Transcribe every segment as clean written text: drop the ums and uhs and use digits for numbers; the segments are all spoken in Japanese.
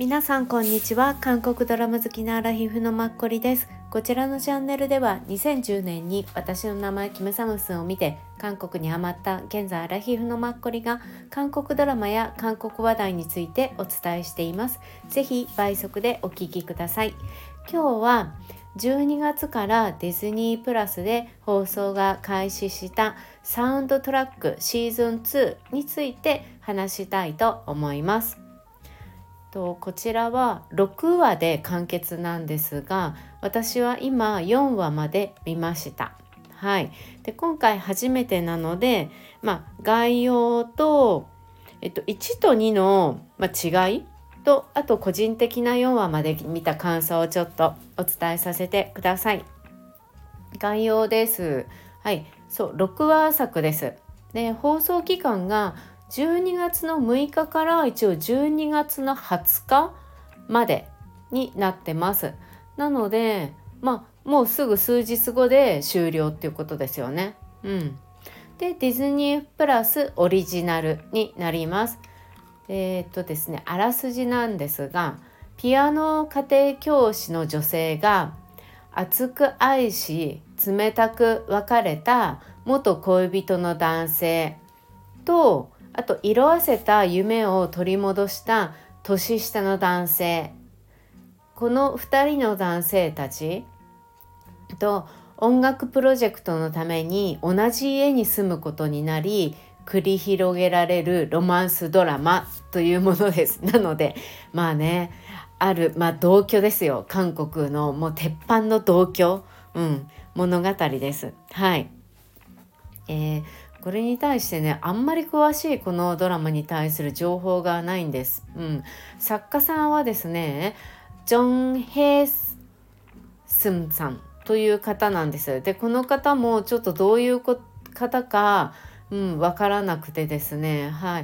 皆さんこんにちは。韓国ドラマ好きなアラヒフのマッコリです。こちらのチャンネルでは2010年に私の名前キムサムスンを見て韓国にハマった現在アラヒフのマッコリが韓国ドラマや韓国話題についてお伝えしています。ぜひ倍速でお聞きください。今日は12月からディズニープラスで放送が開始したサウンドトラックシーズン2について話したいと思います。こちらは6話で完結なんですが、私は今4話まで見ました。はい。で、今回初めてなので、概要と、1と2の、違いと、あと個人的な4話まで見た感想をちょっとお伝えさせてください。概要です。はい。6話作です。で、放送期間が12月の6日から一応12月の20日までになってます。なので、もうすぐ数日後で終了っていうことですよね。で、ディズニープラスオリジナルになります。ですね、あらすじなんですが、ピアノ家庭教師の女性が熱く愛し冷たく別れた元恋人の男性と、あと色あせた夢を取り戻した年下の男性、この2人の男性たちと音楽プロジェクトのために同じ家に住むことになり、繰り広げられるロマンスドラマというものです。なので同居ですよ。韓国のもう鉄板の同居、物語です。はい。これに対してね、あんまり詳しいこのドラマに対する情報がないんです。作家さんはですね、ジョン・ヘスンさんという方なんです。で、この方もちょっとどういう方か、わからなくてですね、はい。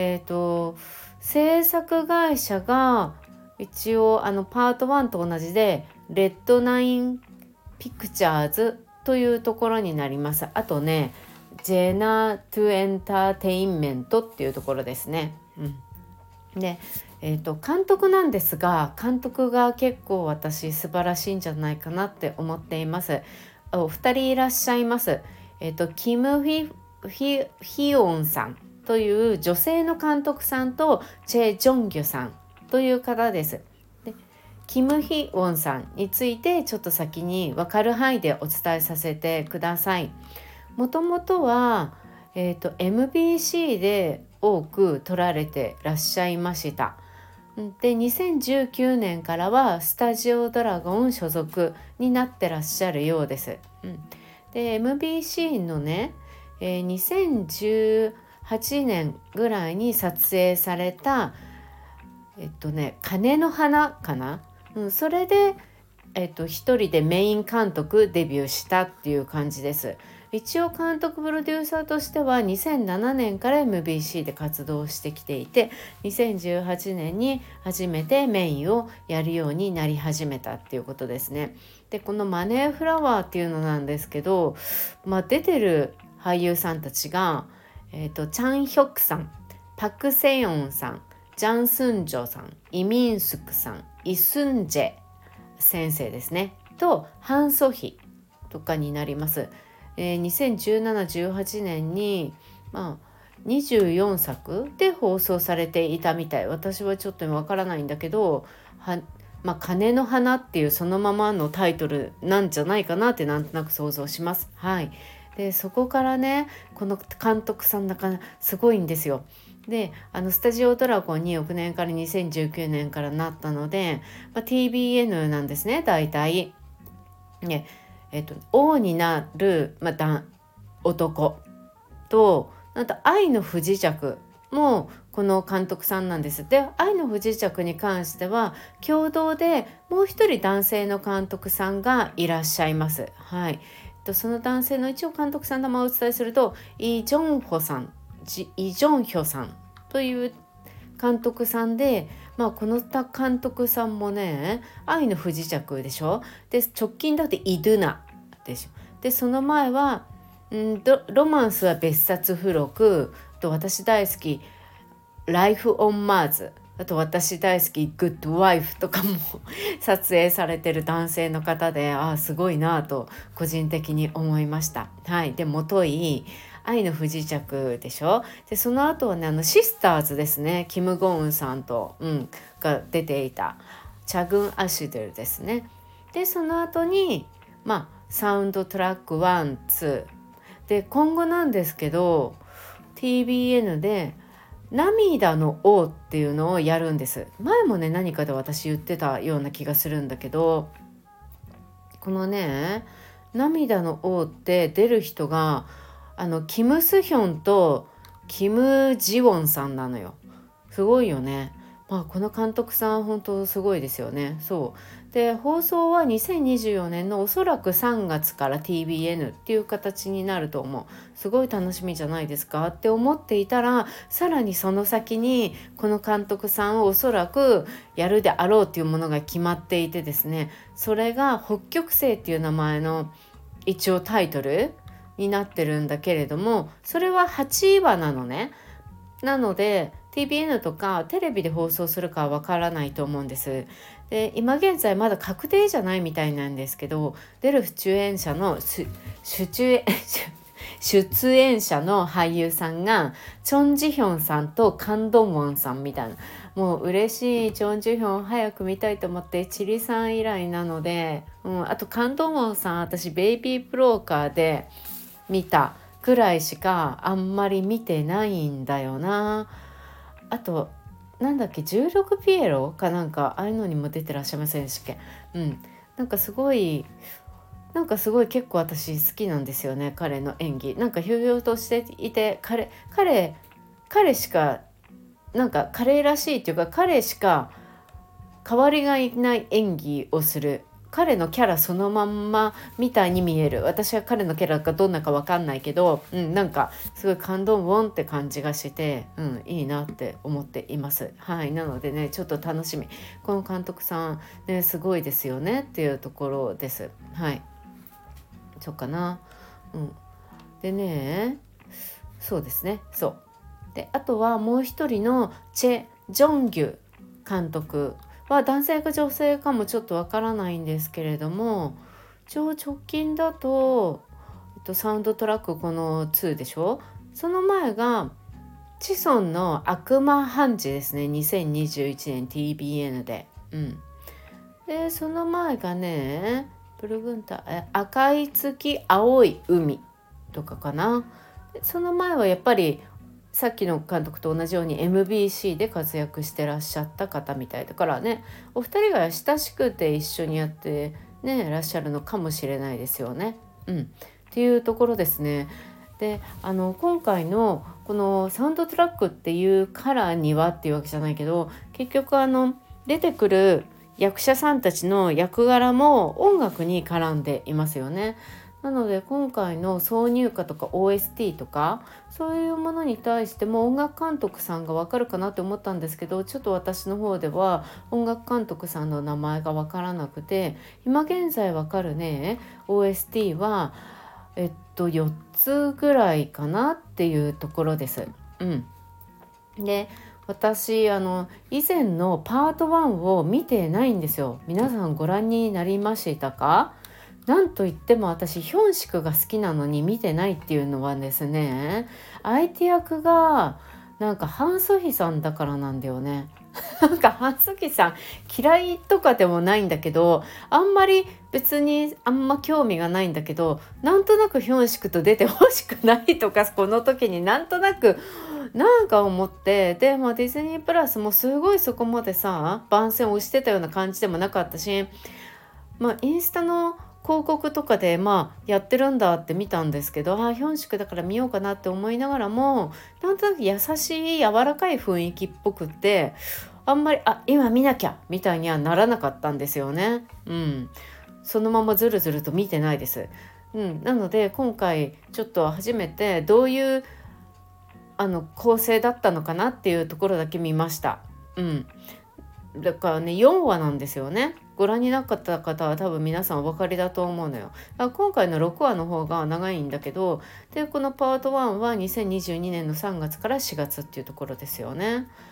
制作会社が一応パート1と同じでレッドナインピクチャーズというところになります。あとね、ジェナ・トゥ・エンターテインメントっていうところですね。で、監督なんですが、監督が結構私素晴らしいんじゃないかなって思っています。お二人いらっしゃいます。キム・ヒヨンさんという女性の監督さんとチェ・ジョンギュさんという方です。で、キム・ヒヨンさんについてちょっと先に分かる範囲でお伝えさせてください。もともとは、MBC で多く撮られてらっしゃいました。で、2019年からはスタジオドラゴン所属になってらっしゃるようです。で、MBC のね、2018年ぐらいに撮影された鐘の花かな、それで一人でメイン監督デビューしたっていう感じです。一応監督プロデューサーとしては2007年から MBC で活動してきていて、2018年に初めてメインをやるようになり始めたっていうことですね。で、このマネーフラワーっていうのなんですけど、出てる俳優さんたちが、チャンヒョクさん、パクセヨンさん、ジャンスンジョさん、イミンスクさん、イスンジェ先生ですねとハン・ソヒとかになります。2017-18年に24作で放送されていたみたい。私はちょっとわからないんだけど、鐘の花っていうそのままのタイトルなんじゃないかなってなんとなく想像します。はい。で、そこからね、この監督さんだからすごいんですよ。で、スタジオドラゴンに翌年から2019年からなったので、TBN なんですね、大体。ね、王になる、男と、なんと愛の不時着もこの監督さんなんです。で、愛の不時着に関しては共同でもう一人男性の監督さんがいらっしゃいます。はい。その男性の一応監督さんの名前をお伝えすると、イ・ジョンホさんという監督さんで、この監督さんもね、愛の不時着でしょ。で、直近だってイドゥナでしょ。で、その前はロマンスは別冊付録と、私大好きライフオンマーズ、 あと私大好きグッドワイフとかも撮影されてる男性の方で、すごいなと個人的に思いました。はい。で元い愛の不時着でしょ。でその後はねシスターズですね、キム・ゴウンさんと、が出ていたチャグン・アシュデルですね。でその後にサウンドトラック1、2で今後なんですけど TBN で涙の王っていうのをやるんです。前もね何かで私言ってたような気がするんだけど、このね涙の王って出る人がキム・スヒョンとキム・ジウォンさんなのよ。すごいよね。この監督さん本当すごいですよね。そうで放送は2024年のおそらく3月から TBN っていう形になると思う。すごい楽しみじゃないですかって思っていたら、さらにその先にこの監督さんをおそらくやるであろうっていうものが決まっていてですね、それが北極星っていう名前の一応タイトルになってるんだけれども、それは8話なのね。なので TBN とかテレビで放送するかはわからないと思うんです。で今現在まだ確定じゃないみたいなんですけど、出る出演者の出演者の俳優さんがチョン・ジヒョンさんとカン・ドンウォンさんみたいな、もう嬉しい。チョン・ジヒョン早く見たいと思って、チリさん以来なので、あとカン・ドンウォンさん私ベイビーブローカーで見たくらいしかあんまり見てないんだよな。あとなんだっけ16ピエロかなんかああいうのにも出てらっしゃいませんでしたっけ。なんかすごい結構私好きなんですよね、彼の演技。なんかひょうひょうとしていて、彼しかなんか彼らしいっていうか、彼しか代わりがいない演技をする。彼のキャラそのまんまみたいに見える。私は彼のキャラがどんなか分かんないけど、なんかすごい感動ウォンって感じがして、いいなって思っています。はい。なのでねちょっと楽しみ。この監督さんねすごいですよねっていうところです。はい。そうかな。でね、そうですね。であとはもう一人のチェ・ジョンギュ監督は男性か女性かもちょっとわからないんですけれども、直近だと、サウンドトラックこの2でしょ。その前がチソンの悪魔ハンジですね、2021年 TBN で。でその前がねブルグンタ赤い月青い海とかかな。その前はやっぱりさっきの監督と同じように MBC で活躍してらっしゃった方みたいだからね、お二人が親しくて一緒にやってねらっしゃるのかもしれないですよね。っていうところですね。で今回のこのサウンドトラックっていうカラーにはっていうわけじゃないけど、結局出てくる役者さんたちの役柄も音楽に絡んでいますよね。なので今回の挿入歌とか OST とかそういうものに対しても音楽監督さんが分かるかなって思ったんですけど、ちょっと私の方では音楽監督さんの名前が分からなくて、今現在分かるね OST は4つぐらいかなっていうところです。で私以前のパート1を見てないんですよ。皆さんご覧になりましたか？なんといっても私ヒョンシクが好きなのに見てないっていうのはですね、相手役がなんかハン・ソヒさんだからなんだよね。なんかハン・ソヒさん嫌いとかでもないんだけど、あんまり別にあんま興味がないんだけど、なんとなくヒョンシクと出てほしくないとかこの時になんとなくなんか思って、でディズニープラスもすごいそこまでさ番宣を押してたような感じでもなかったし、インスタの広告とかでやってるんだって見たんですけど、ヒョンシクだから見ようかなって思いながらも、なんとなく優しい柔らかい雰囲気っぽくって、あんまり今見なきゃみたいにはならなかったんですよね。そのままずるずると見てないです。なので今回ちょっと初めてどういう構成だったのかなっていうところだけ見ました。だからね4話なんですよね。ご覧になかった方は多分皆さんお分かりだと思うのよ。今回の6話の方が長いんだけど、でこのパート1は2022年の3月から4月っていうところですよね。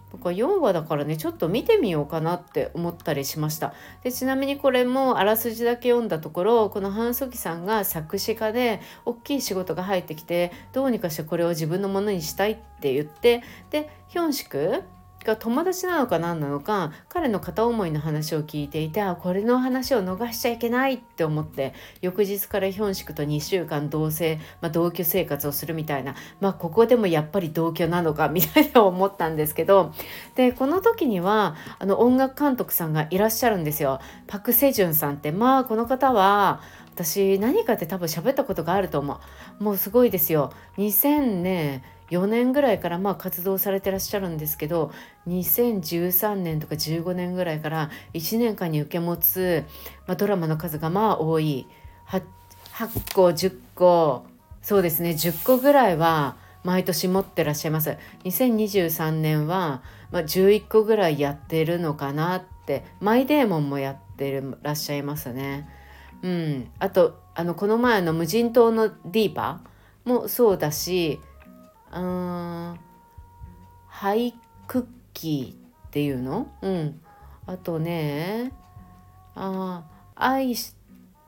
僕は4話だからねちょっと見てみようかなって思ったりしました。でちなみにこれもあらすじだけ読んだところ、このハン・ソギさんが作詞家で大きい仕事が入ってきて、どうにかしてこれを自分のものにしたいって言って、でヒョンシクが友達なのか何なのか彼の片思いの話を聞いていて、これの話を逃しちゃいけないって思って、翌日からヒョンシクと2週間同棲、同居生活をするみたいな、ここでもやっぱり同居なのかみたいな思ったんですけど、でこの時には音楽監督さんがいらっしゃるんですよ。パク・セジュンさんって、この方は私何かって多分喋ったことがあると思う。もうすごいですよ。2004年ぐらいから活動されてらっしゃるんですけど、2013年とか15年ぐらいから1年間に受け持つ、ドラマの数が多い 8個10個、そうですね10個ぐらいは毎年持ってらっしゃいます。2023年は、11個ぐらいやってるのかなって。マイデーモンもやってらっしゃいますね。あとこの前の無人島のディーパもそうだし、ハイクッキーっていうの、あとねアイス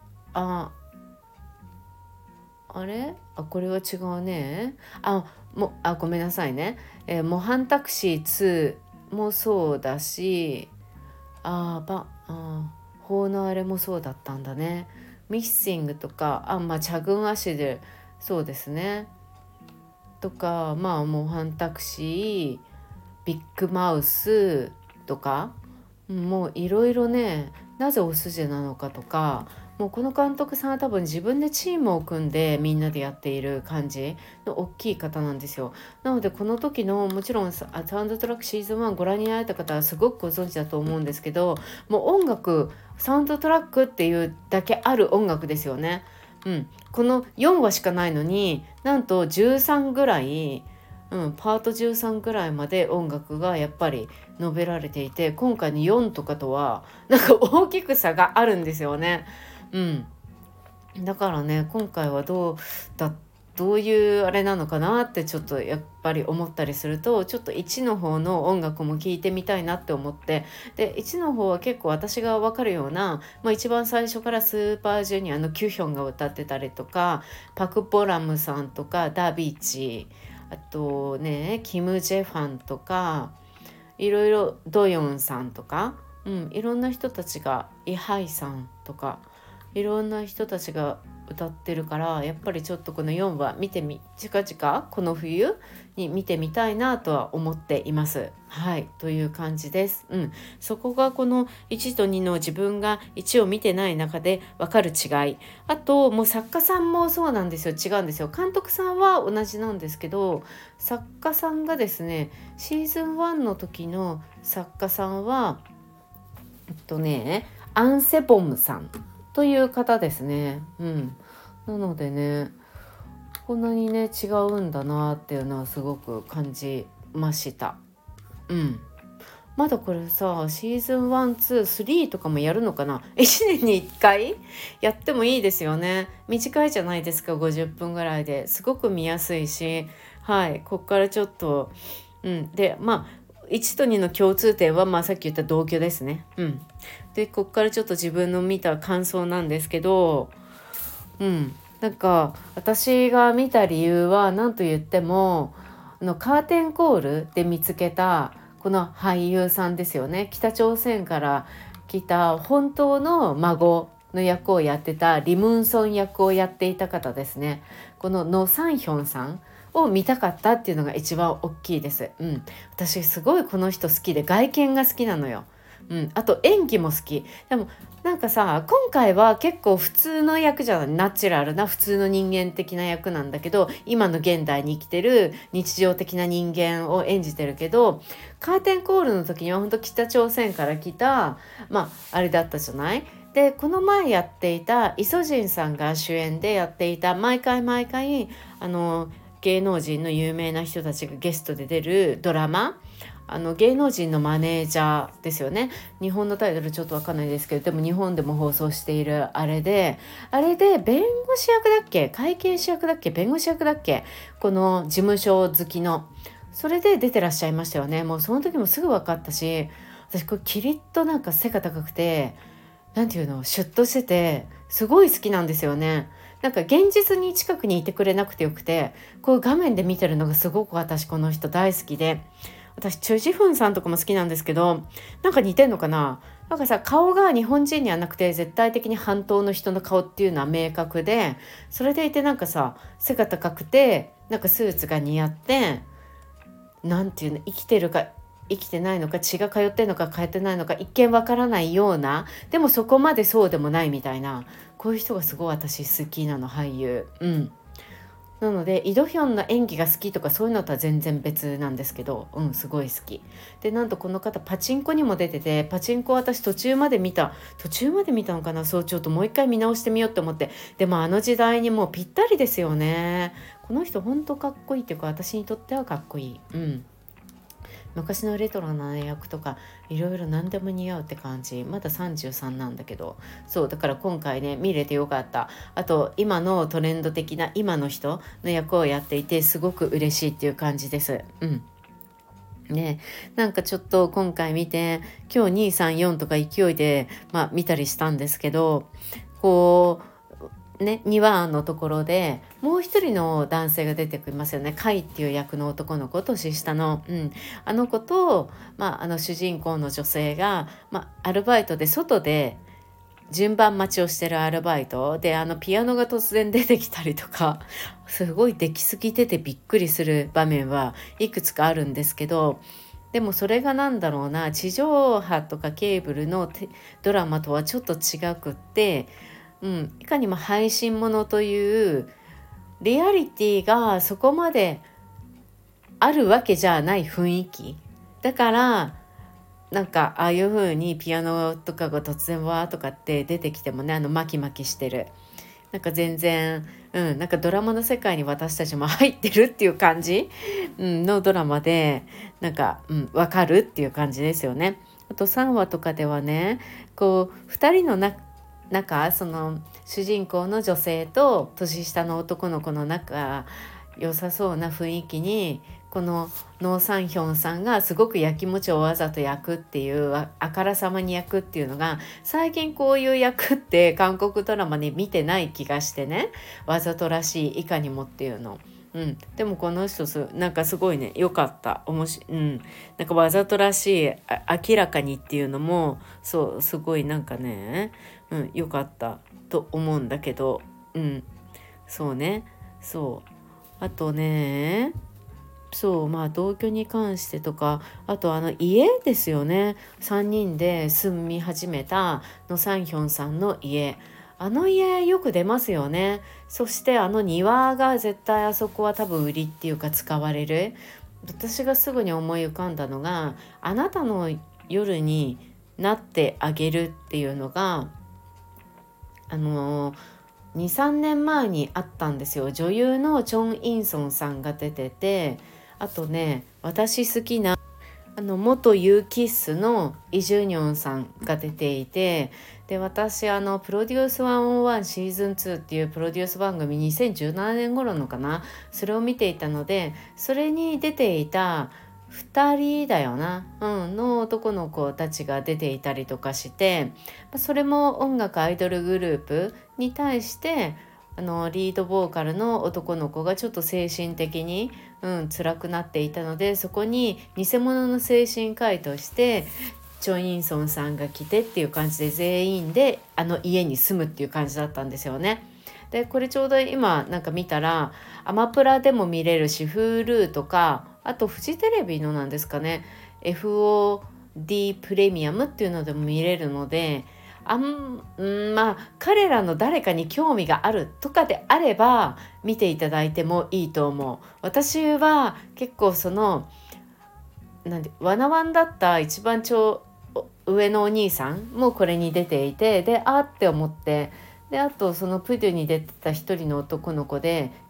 あれこれは違うね。ごめんなさいね。模範タクシー2もそうだし、法のあれもそうだったんだね。ミッシングとかチャグンアシル、そうですねとか、模範タクシー、ビッグマウスとか、もういろいろね、なぜオスジェなのかとか、もうこの監督さんは多分自分でチームを組んでみんなでやっている感じの大きい方なんですよ。なのでこの時のもちろんサウンドトラックシーズン1ご覧になられた方はすごくご存知だと思うんですけど、もう音楽、サウンドトラックっていうだけある音楽ですよね。この4話しかないのになんと13ぐらい、パート13ぐらいまで音楽がやっぱり述べられていて、今回の4とかとはなんか大きく差があるんですよね。だからね今回はどういうあれなのかなってちょっとやっぱり思ったりすると、ちょっと1の方の音楽も聴いてみたいなって思って、で1の方は結構私が分かるような、一番最初からスーパージュニアのキュヒョンが歌ってたりとか、パク・ボラムさんとかダビーチ、あとねキム・ジェファンとか、いろいろドヨンさんとか、いろんな人たちが、イハイさんとかいろんな人たちが歌ってるから、やっぱりちょっとこの4話近々この冬に見てみたいなとは思っています。という感じです。そこがこの1と2の自分が1を見てない中で分かる違い。あともう作家さんもそうなんですよ。違うんですよ。監督さんは同じなんですけど、作家さんがですね、シーズン1の時の作家さんはアンセボムさんという方ですね。なのでね、こんなにね違うんだなっていうのはすごく感じました。まだこれさ、シーズン1、2、3とかもやるのかな。1年に1回やってもいいですよね。短いじゃないですか、50分ぐらいですごく見やすいし、こっからちょっとで1と2の共通点はさっき言った同居ですね。でこっからちょっと自分の見た感想なんですけど、なんか私が見た理由は何と言ってもカーテンコールで見つけたこの俳優さんですよね。北朝鮮から来た本当の孫の役をやってたリムンソン役をやっていた方ですね。このノ・サンヒョンさんを見たかったっていうのが一番大きいです。私すごいこの人好きで、外見が好きなのよ。あと演技も好き。でもなんかさ、今回は結構普通の役じゃない、ナチュラルな普通の人間的な役なんだけど、今の現代に生きてる日常的な人間を演じてるけど、カーテンコールの時には本当北朝鮮から来たあれだったじゃない。でこの前やっていたイソジンさんが主演でやっていた、毎回芸能人の有名な人たちがゲストで出るドラマ、芸能人のマネージャーですよね。日本のタイトルちょっとわかんないですけど、でも日本でも放送しているあれで弁護士役だっけ、会計士役だっけ、弁護士役だっけ、この事務所好きのそれで出てらっしゃいましたよね。もうその時もすぐ分かったし、私これキリッとなんか背が高くて、なんていうの、シュッとしててすごい好きなんですよね。なんか現実に近くにいてくれなくてよくて、こういう画面で見てるのがすごく私この人大好きで、私チュ・ジフンさんとかも好きなんですけど、なんか似てんのかな。なんかさ、顔が日本人にはなくて絶対的に半島の人の顔っていうのは明確で、それでいてなんかさ、背が高くてなんかスーツが似合って、なんていうの、生きてるか生きてないのか、血が通ってんのか通ってないのか一見わからないような、でもそこまでそうでもないみたいな、こういう人がすごい私好きなの、俳優。なのでイ・ドヒョンの演技が好きとかそういうのとは全然別なんですけど、すごい好きで、なんとこの方パチンコにも出てて、パチンコ私途中まで見たのかな。そう、ちょっともう一回見直してみようって思って。でもあの時代にもうぴったりですよね。この人ほんとかっこいいっていうか、私にとってはかっこいい。昔のレトロな役とかいろいろ何でも似合うって感じ。まだ33なんだけど、そうだから今回ね見れてよかった。あと今のトレンド的な今の人の役をやっていてすごく嬉しいっていう感じです。ね、なんかちょっと今回見て、今日234とか勢いで、見たりしたんですけど、こね、2話のところでもう一人の男性が出てきますよね。カイっていう役の男の子、年下の、あの子と、あの主人公の女性が、アルバイトで外で順番待ちをしてるアルバイトで、ピアノが突然出てきたりとか、すごい出来すぎててびっくりする場面はいくつかあるんですけど、でもそれがなんだろうな、地上波とかケーブルのドラマとはちょっと違くって、いかにも配信ものというリアリティがそこまであるわけじゃない雰囲気だから、なんかああいう風にピアノとかが突然わーとかって出てきてもね、マキマキしてる、なんか全然、なんかドラマの世界に私たちも入ってるっていう感じ、のドラマで、なんか、わかるっていう感じですよね。あと3話とかではね、こう2人のその主人公の女性と年下の男の子の仲良さそうな雰囲気に、このノー・サンヒョンさんがすごくやきもちをわざと焼くっていう、あからさまに焼くっていうのが、最近こういう役って韓国ドラマに見てない気がしてね、わざとらしいいかにもっていうの。でもこの人なんかすごいね、良かった。なんかわざとらしい、明らかにっていうのもそうすごいなんかね、良かったと思うんだけど、そうね、そうあとね、同居に関してとか、あと家ですよね。3人で住み始めたノ・サンヒョンさんの家、あの家よく出ますよね。そしてあの庭が絶対あそこは多分売りっていうか使われる。私がすぐに思い浮かんだのが、あなたの夜になってあげるっていうのが2、3年前にあったんですよ。女優のチョン・インソンさんが出てて、あとね、私好きな元ユーキッスのイ・ジュニョンさんが出ていて、で私プロデュース101シーズン2っていうプロデュース番組、2017年頃のかな、それを見ていたので、それに出ていた2人だよな、の男の子たちが出ていたりとかして、それも音楽アイドルグループに対してリードボーカルの男の子がちょっと精神的に、辛くなっていたので、そこに偽物の精神科医としてチョン・インソンさんが来てっていう感じで、全員で家に住むっていう感じだったんですよね。でこれちょうど今なんか見たらアマプラでも見れるし、Huluとか、あとフジテレビのなんですかね、 FOD プレミアムっていうのでも見れるので、彼らの誰かに興味があるとかであれば見ていただいてもいいと思う。私は結構ワナワンだった一番上のお兄さんもこれに出ていて、でって思って、であとそのプデュに出てた一人の男の子で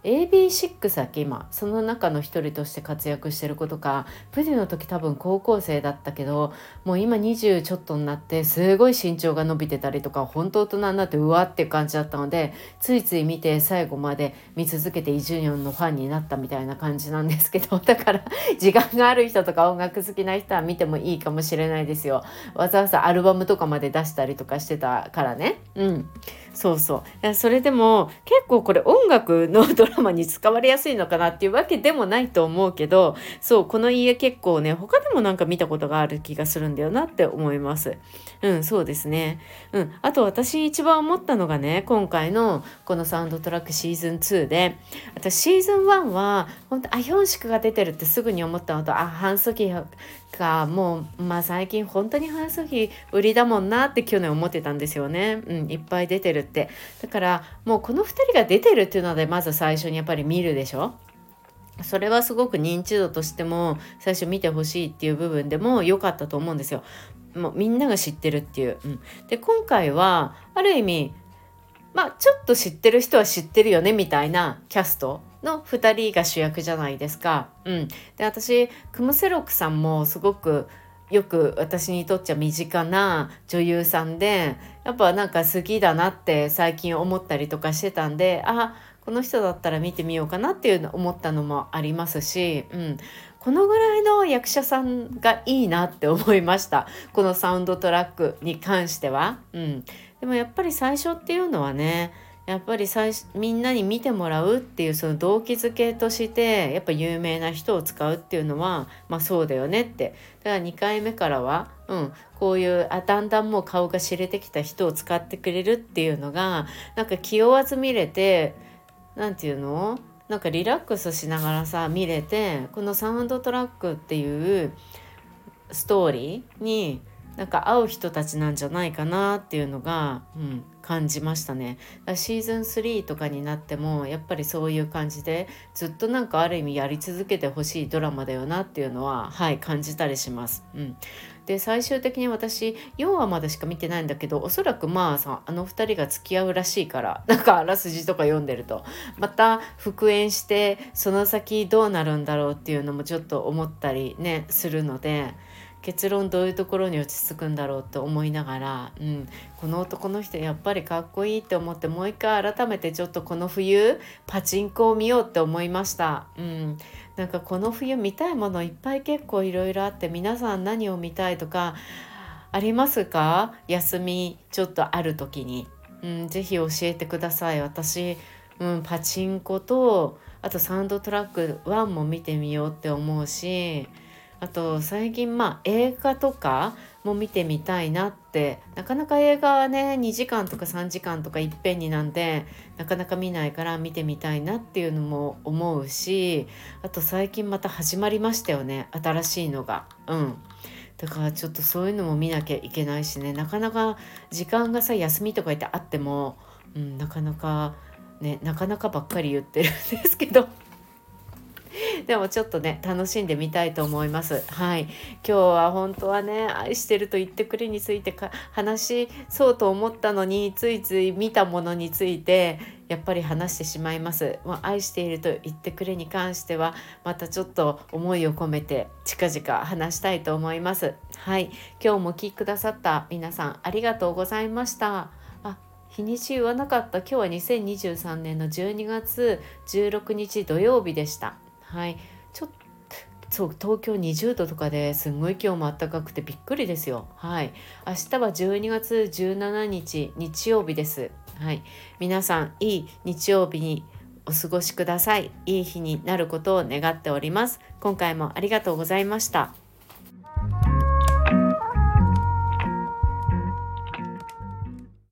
AB6 だっけ今その中の一人として活躍してる子とか、プディの時多分高校生だったけど、もう今20ちょっとになってすごい身長が伸びてたりとか、本当大人になってうわっていう感じだったので、ついつい見て最後まで見続けてイ・ジュニョンのファンになったみたいな感じなんですけど、だから時間がある人とか音楽好きな人は見てもいいかもしれないですよ。わざわざアルバムとかまで出したりとかしてたからね。そうそう。いやそれでも結構これ音楽のドラマに使われやすいのかなっていうわけでもないと思うけど、そうこの家結構ね他でもなんか見たことがある気がするんだよなって思います。そうですね。あと私一番思ったのがね、今回のこのサウンドトラックシーズン2で、私シーズン1は本当ヒョンシクが出てるってすぐに思ったのと、ハンソキがもう最近本当にハンソキ売りだもんなって去年思ってたんですよね。いっぱい出てるって。だからもうこの2人が出てるっていうのでまず最初にやっぱり見るでしょ。それはすごく認知度としても最初見てほしいっていう部分でも良かったと思うんですよ。もうみんなが知ってるっていう。で今回はある意味ちょっと知ってる人は知ってるよねみたいなキャストの2人が主役じゃないですか。で私クム・セロクさんもすごくよく私にとっちゃ身近な女優さんで、やっぱなんか好きだなって最近思ったりとかしてたんで、この人だったら見てみようかなっていうの思ったのもありますし、このぐらいの役者さんがいいなって思いました。このサウンドトラックに関しては。でもやっぱり最初っていうのはね、やっぱりみんなに見てもらうっていうその動機づけとしてやっぱ有名な人を使うっていうのはそうだよねって。だから2回目からは、こういうだんだんもう顔が知れてきた人を使ってくれるっていうのがなんか気負わず見れて、なんていうの、なんかリラックスしながらさ見れて、このサウンドトラックっていうストーリーになんか合う人たちなんじゃないかなっていうのが、感じましたね。シーズン3とかになってもやっぱりそういう感じでずっとなんかある意味やり続けてほしいドラマだよなっていうのは感じたりします。で最終的に私4話までしか見てないんだけど、おそらくあの2人が付き合うらしいから、なんかあらすじとか読んでるとまた復縁してその先どうなるんだろうっていうのもちょっと思ったりねするので、結論どういうところに落ち着くんだろうと思いながら、この男の人やっぱりかっこいいって思って、もう一回改めてちょっとこの冬パチンコを見ようって思いました。なんかこの冬見たいものいっぱい結構いろいろあって、皆さん何を見たいとかありますか？休みちょっとある時に、ぜひ教えてください。私、パチンコとあとサウンドトラック1も見てみようって思うし、あと最近映画とかも見てみたいなって、なかなか映画はね2時間とか3時間とかいっぺんになんでなかなか見ないから見てみたいなっていうのも思うし、あと最近また始まりましたよね、新しいのが。だからちょっとそういうのも見なきゃいけないしね、なかなか時間がさ休みとか言ってあっても、なかなかばっかり言ってるんですけどでもちょっとね楽しんでみたいと思います。今日は本当はね愛してると言ってくれについて話そうと思ったのに、ついつい見たものについてやっぱり話してしまいます。愛していると言ってくれに関してはまたちょっと思いを込めて近々話したいと思います。今日もお聞きくださった皆さんありがとうございました。日にち言わなかった。今日は2023年の12月16日土曜日でした。ちょっとそう東京20度とかですんごい今日も暖かくてびっくりですよ。明日は12月17日日曜日です。皆さんいい日曜日にお過ごしください。いい日になることを願っております。今回もありがとうございました。